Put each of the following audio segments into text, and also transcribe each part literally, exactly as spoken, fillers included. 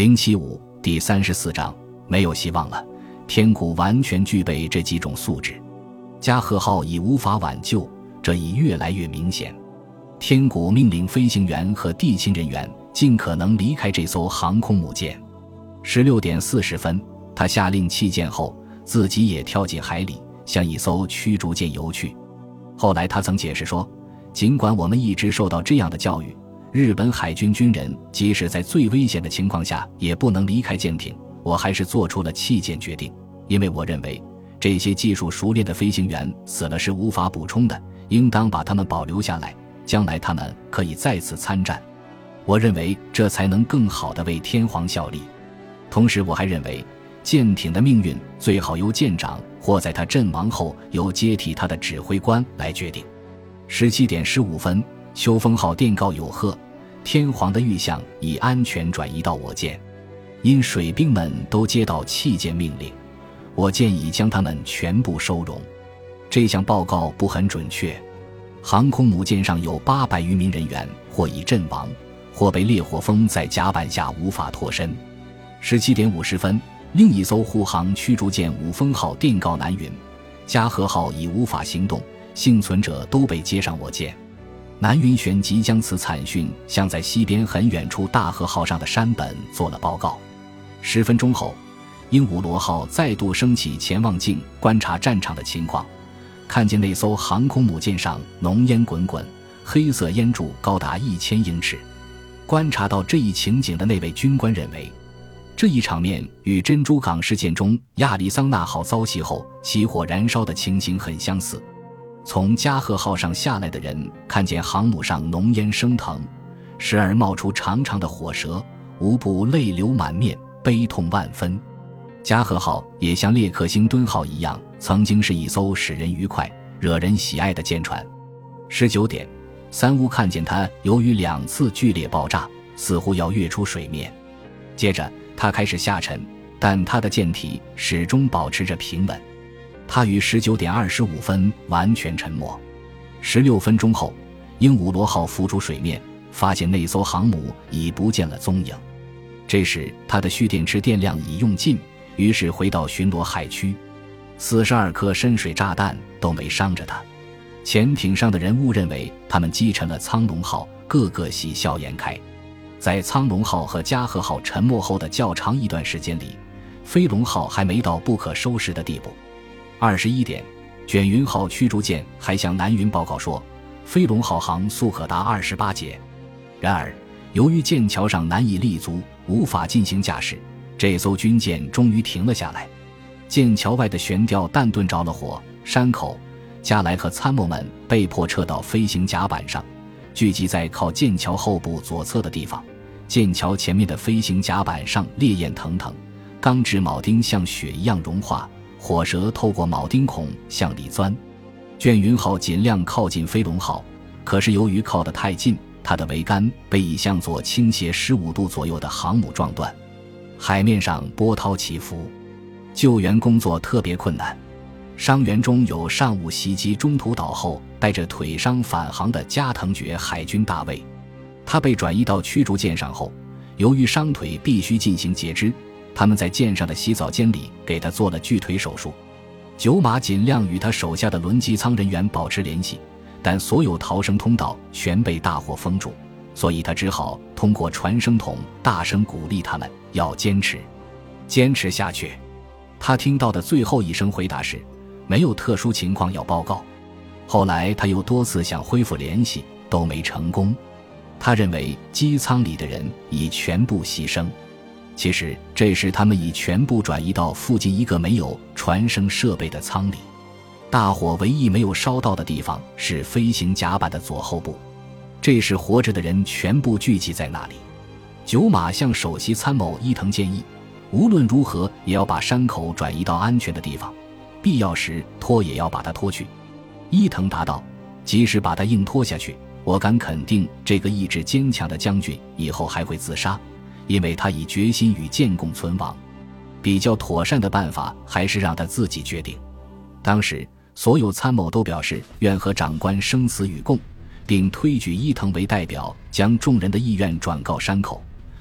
零七五第三十四章，没有希望了。天谷完全具备这几种素质，加贺号已无法挽救，这已越来越明显。天谷命令飞行员和地勤人员尽可能离开这艘航空母舰。十六点四十分，他下令弃舰后，自己也跳进海里，向一艘驱逐舰游去。后来他曾解释说，尽管我们一直受到这样的教育，日本海军军人即使在最危险的情况下也不能离开舰艇，我还是做出了弃舰决定，因为我认为这些技术熟练的飞行员死了是无法补充的，应当把他们保留下来，将来他们可以再次参战。我认为这才能更好地为天皇效力。同时我还认为舰艇的命运最好由舰长或在他阵亡后由接替他的指挥官来决定。十七点十五分，秋风号电告有贺，天皇的预象已安全转移到我舰。因水兵们都接到弃舰命令，我建议将他们全部收容。这项报告不很准确，航空母舰上有八百余名人员或已阵亡，或被烈火封在甲板下无法脱身。十七点五十分，另一艘护航驱逐舰五风号电告南云，加贺号已无法行动，幸存者都被接上我舰。南云旋即将此惨讯向在西边很远处大和号上的山本做了报告。十分钟后，鹦鹉螺号再度升起潜望镜观察战场的情况，看见那艘航空母舰上浓烟滚滚，黑色烟柱高达一千英尺。观察到这一情景的那位军官认为，这一场面与珍珠港事件中亚利桑那号遭袭后起火燃烧的情形很相似。从加贺号上下来的人看见航母上浓烟升腾，时而冒出长长的火舌，无不泪流满面，悲痛万分。加贺号也像列克星敦号一样，曾经是一艘使人愉快、惹人喜爱的舰船。十九点，三屋看见它由于两次剧烈爆炸，似乎要跃出水面。接着它开始下沉，但它的舰体始终保持着平稳。它于十九点二十五分完全沉没。十六分钟后，鹦鹉螺号浮出水面，发现那艘航母已不见了踪影。这时它的蓄电池电量已用尽，于是回到巡逻海区。四十二颗深水炸弹都没伤着它。潜艇上的人误认为他们击沉了苍龙号，个个喜笑颜开。在苍龙号和加贺号沉没后的较长一段时间里，飞龙号还没到不可收拾的地步。二十一点，卷云号驱逐舰还向南云报告说，飞龙号航速可达二十八节。然而由于舰桥上难以立足，无法进行驾驶，这艘军舰终于停了下来。舰桥外的悬吊弹盾着了火，山口、加莱和参谋们被迫撤到飞行甲板上，聚集在靠舰桥后部左侧的地方。舰桥前面的飞行甲板上烈焰腾腾，钢制铆钉像雪一样融化，火舌透过铆钉孔向里钻。卷云号尽量靠近飞龙号，可是由于靠得太近，它的桅杆被已向左倾斜十五度左右的航母撞断。海面上波涛起伏，救援工作特别困难。伤员中有上午袭击中途岛后带着腿伤返航的加藤觉海军大尉，他被转移到驱逐舰上后，由于伤腿必须进行截肢，他们在舰上的洗澡间里给他做了锯腿手术。九马尽量与他手下的轮机舱人员保持联系，但所有逃生通道全被大火封住，所以他只好通过传声筒大声鼓励他们要坚持，坚持下去。他听到的最后一声回答是，没有特殊情况要报告。后来他又多次想恢复联系，都没成功。他认为机舱里的人已全部牺牲。其实这时他们已全部转移到附近一个没有传声设备的舱里。大火唯一没有烧到的地方是飞行甲板的左后部，这时活着的人全部聚集在那里。九马向首席参谋伊藤建议，无论如何也要把山口转移到安全的地方，必要时拖也要把它拖去。伊藤答道，即使把它硬拖下去，我敢肯定这个意志坚强的将军以后还会自杀，因为他已决心与舰共存亡。比较妥善的办法还是让他自己决定。当时所有参谋都表示愿和长官生死与共，并推举伊藤为代表，将众人的意愿转告山口。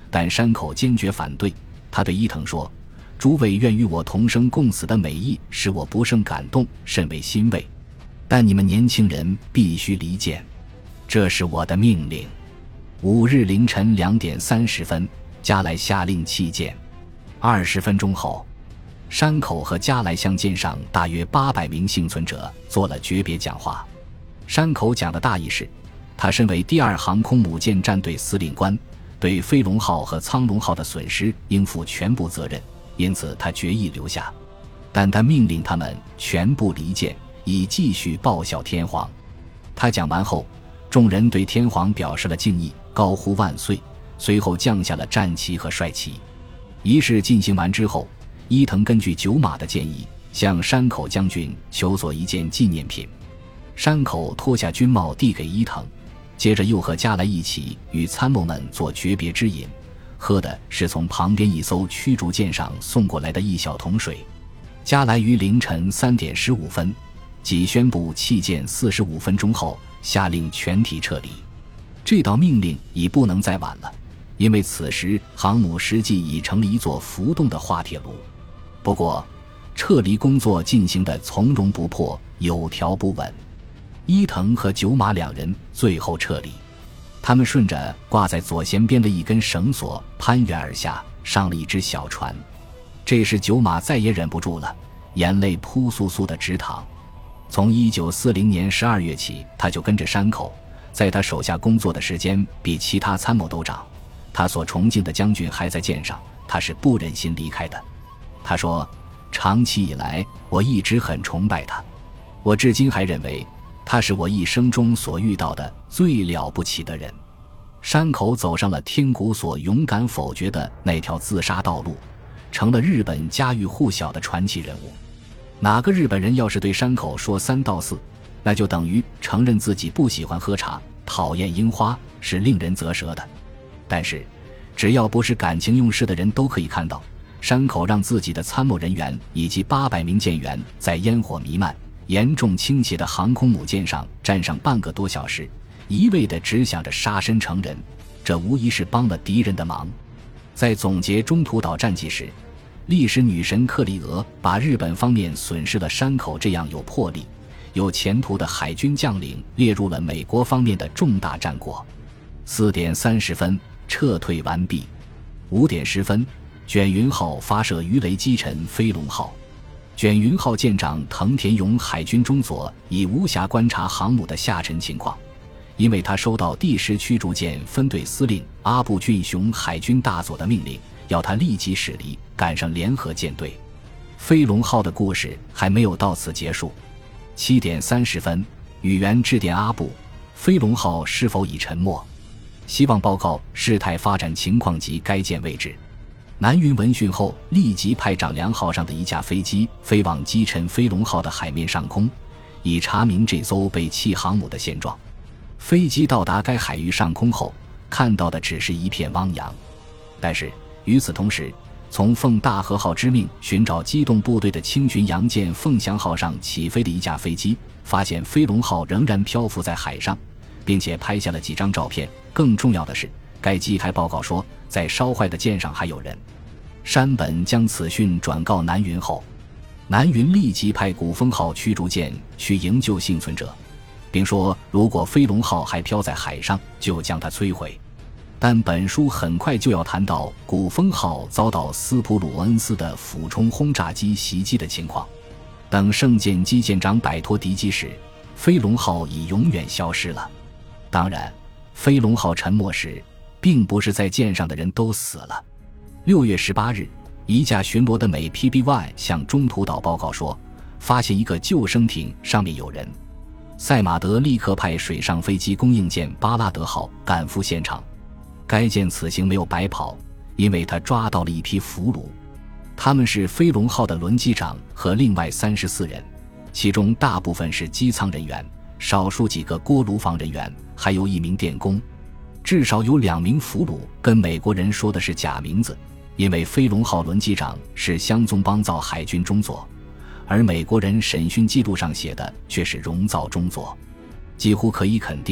但山口坚决反对。他对伊藤说：诸位愿与我同生共死的美意使我不胜感动，甚为欣慰，但你们年轻人必须离间，这是我的命令。五日凌晨两点三十分，加来下令弃舰。二十分钟后，山口和加来向舰上大约八百名幸存者做了诀别讲话。山口讲的大意是，他身为第二航空母舰战队司令官，对飞龙号和苍龙号的损失应负全部责任，因此他决意留下，但他命令他们全部离舰，以继续报效天皇。他讲完后，众人对天皇表示了敬意，高呼万岁，随后降下了战旗和帅旗。仪式进行完之后，伊藤根据九马的建议，向山口将军求索一件纪念品。山口脱下军帽递给伊藤，接着又和加来一起与参谋们做诀别之饮，喝的是从旁边一艘驱逐舰上送过来的一小桶水。加来于凌晨三点十五分即宣布弃舰，四十五分钟后下令全体撤离。这道命令已不能再晚了，因为此时航母实际已成了一座浮动的化铁炉。不过撤离工作进行得从容不迫，有条不紊。伊藤和九马两人最后撤离，他们顺着挂在左舷边的一根绳索攀援而下，上了一只小船。这时九马再也忍不住了，眼泪扑簌簌地直淌。从一九四零年十二月起，他就跟着山口，在他手下工作的时间比其他参谋都长。他所崇敬的将军还在舰上，他是不忍心离开的。他说，长期以来我一直很崇拜他，我至今还认为他是我一生中所遇到的最了不起的人。山口走上了天谷所勇敢否决的那条自杀道路，成了日本家喻户晓的传奇人物。哪个日本人要是对山口说三道四，那就等于承认自己不喜欢喝茶，讨厌樱花，是令人啧舌的。但是只要不是感情用事的人都可以看到，山口让自己的参谋人员以及八百名舰员在烟火弥漫、严重倾斜的航空母舰上站上半个多小时，一味地只想着杀身成仁，这无疑是帮了敌人的忙。在总结中途岛战绩时，历史女神克里俄把日本方面损失了山口这样有魄力、有前途的海军将领列入了美国方面的重大战果。四点三十分撤退完毕。五点十分，卷云号发射鱼雷击沉飞龙号。卷云号舰长藤田勇海军中佐已无暇观察航母的下沉情况，因为他收到第十驱逐舰分队司令阿部俊雄海军大佐的命令，要他立即驶离，赶上联合舰队。飞龙号的故事还没有到此结束。七点三十分，宇垣致电阿部，飞龙号是否已沉没，希望报告事态发展情况及该舰位置。南云闻讯后，立即派长良号上的一架飞机飞往击沉飞龙号的海面上空，以查明这艘被弃航母的现状。飞机到达该海域上空后，看到的只是一片汪洋。但是与此同时，从奉大和号之命寻找机动部队的轻巡洋舰凤翔号上起飞的一架飞机，发现飞龙号仍然漂浮在海上，并且拍下了几张照片。更重要的是，该机还报告说，在烧坏的舰上还有人。山本将此讯转告南云后，南云立即派古风号驱逐舰去营救幸存者，并说如果飞龙号还漂在海上，就将它摧毁。但本书很快就要谈到古风号遭到斯普鲁恩斯的俯冲轰炸机袭击的情况。等圣剑机舰长摆脱敌机时，飞龙号已永远消失了。当然，飞龙号沉没时，并不是在舰上的人都死了。六月十八日，一架巡逻的美 P B Y 向中途岛报告说，发现一个救生艇上面有人。赛马德立刻派水上飞机供应舰巴拉德号赶赴现场。该舰此行没有白跑，因为他抓到了一批俘虏，他们是飞龙号的轮机长和另外三十四人，其中大部分是机舱人员，少数几个锅炉房人员，还有一名电工。至少有两名俘虏跟美国人说的是假名字，因为飞龙号轮机长是香宗邦造海军中佐，而美国人审讯记录上写的却是荣造中佐。几乎可以肯定，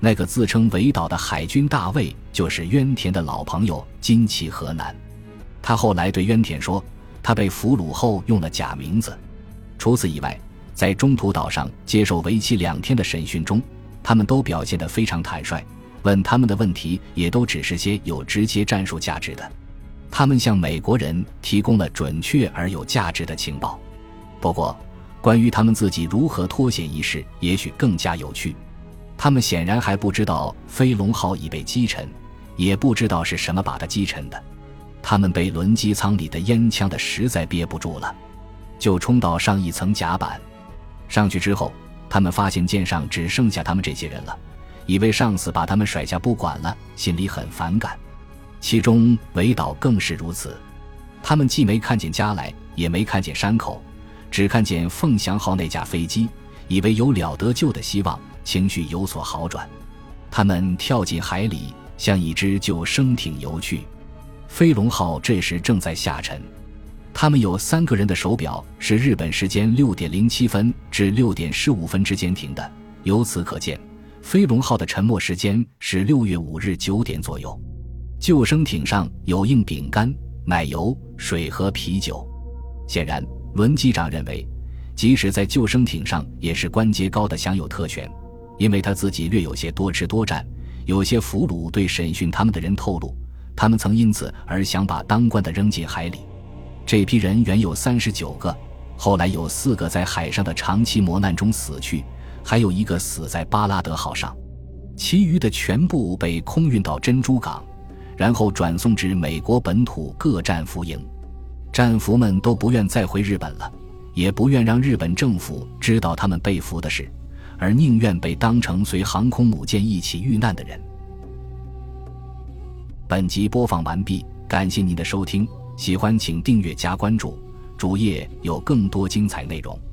那个自称围岛的海军大尉就是渊田的老朋友金崎河南。他后来对渊田说，他被俘虏后用了假名字。除此以外，在中途岛上接受为期两天的审讯中，他们都表现得非常坦率，问他们的问题也都只是些有直接战术价值的。他们向美国人提供了准确而有价值的情报。不过，关于他们自己如何脱险一事也许更加有趣。他们显然还不知道飞龙号已被击沉，也不知道是什么把它击沉的。他们被轮机舱里的烟呛得实在憋不住了，就冲到上一层甲板。上去之后，他们发现舰上只剩下他们这些人了，以为上司把他们甩下不管了，心里很反感。其中围岛更是如此，他们既没看见家来，也没看见山口，只看见凤翔号那架飞机，以为有了得救的希望，情绪有所好转。他们跳进海里，向一只救生艇游去。飞龙号这时正在下沉，他们有三个人的手表是日本时间六点零七分至六点十五分之间停的，由此可见，飞龙号的沉没时间是六月五日九点左右。救生艇上有硬饼干、奶油、水和啤酒。显然，轮机长认为，即使在救生艇上也是官阶高的享有特权，因为他自己略有些多吃多占。有些俘虏对审讯他们的人透露，他们曾因此而想把当官的扔进海里。这批人原有三十九个，后来有四个在海上的长期磨难中死去，还有一个死在巴拉德号上，其余的全部被空运到珍珠港，然后转送至美国本土各战俘营。战俘们都不愿再回日本了，也不愿让日本政府知道他们被俘的事，而宁愿被当成随航空母舰一起遇难的人。本集播放完毕，感谢您的收听，喜欢请订阅加关注，主页有更多精彩内容。